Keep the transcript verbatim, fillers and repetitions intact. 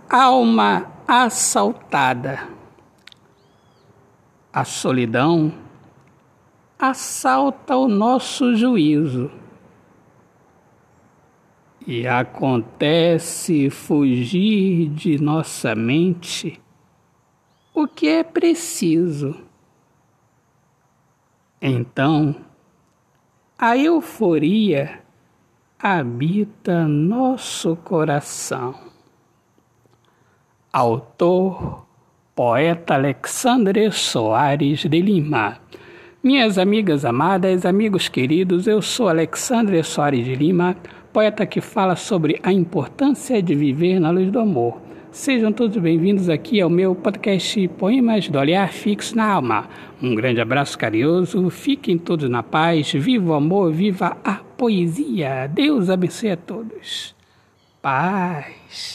Alma assaltada. A solidão assalta o nosso juízo e acontece fugir de nossa mente o que é preciso. Então, a euforia habita nosso coração. Autor, poeta Alexandre Soares de Lima. Minhas amigas amadas, amigos queridos, eu sou Alexandre Soares de Lima, poeta que fala sobre a importância de viver na luz do amor. Sejam todos bem-vindos aqui ao meu podcast Poemas do Olhar Fixo na Alma. Um grande abraço carinhoso, fiquem todos na paz, viva o amor, viva a poesia. Deus abençoe a todos. Paz.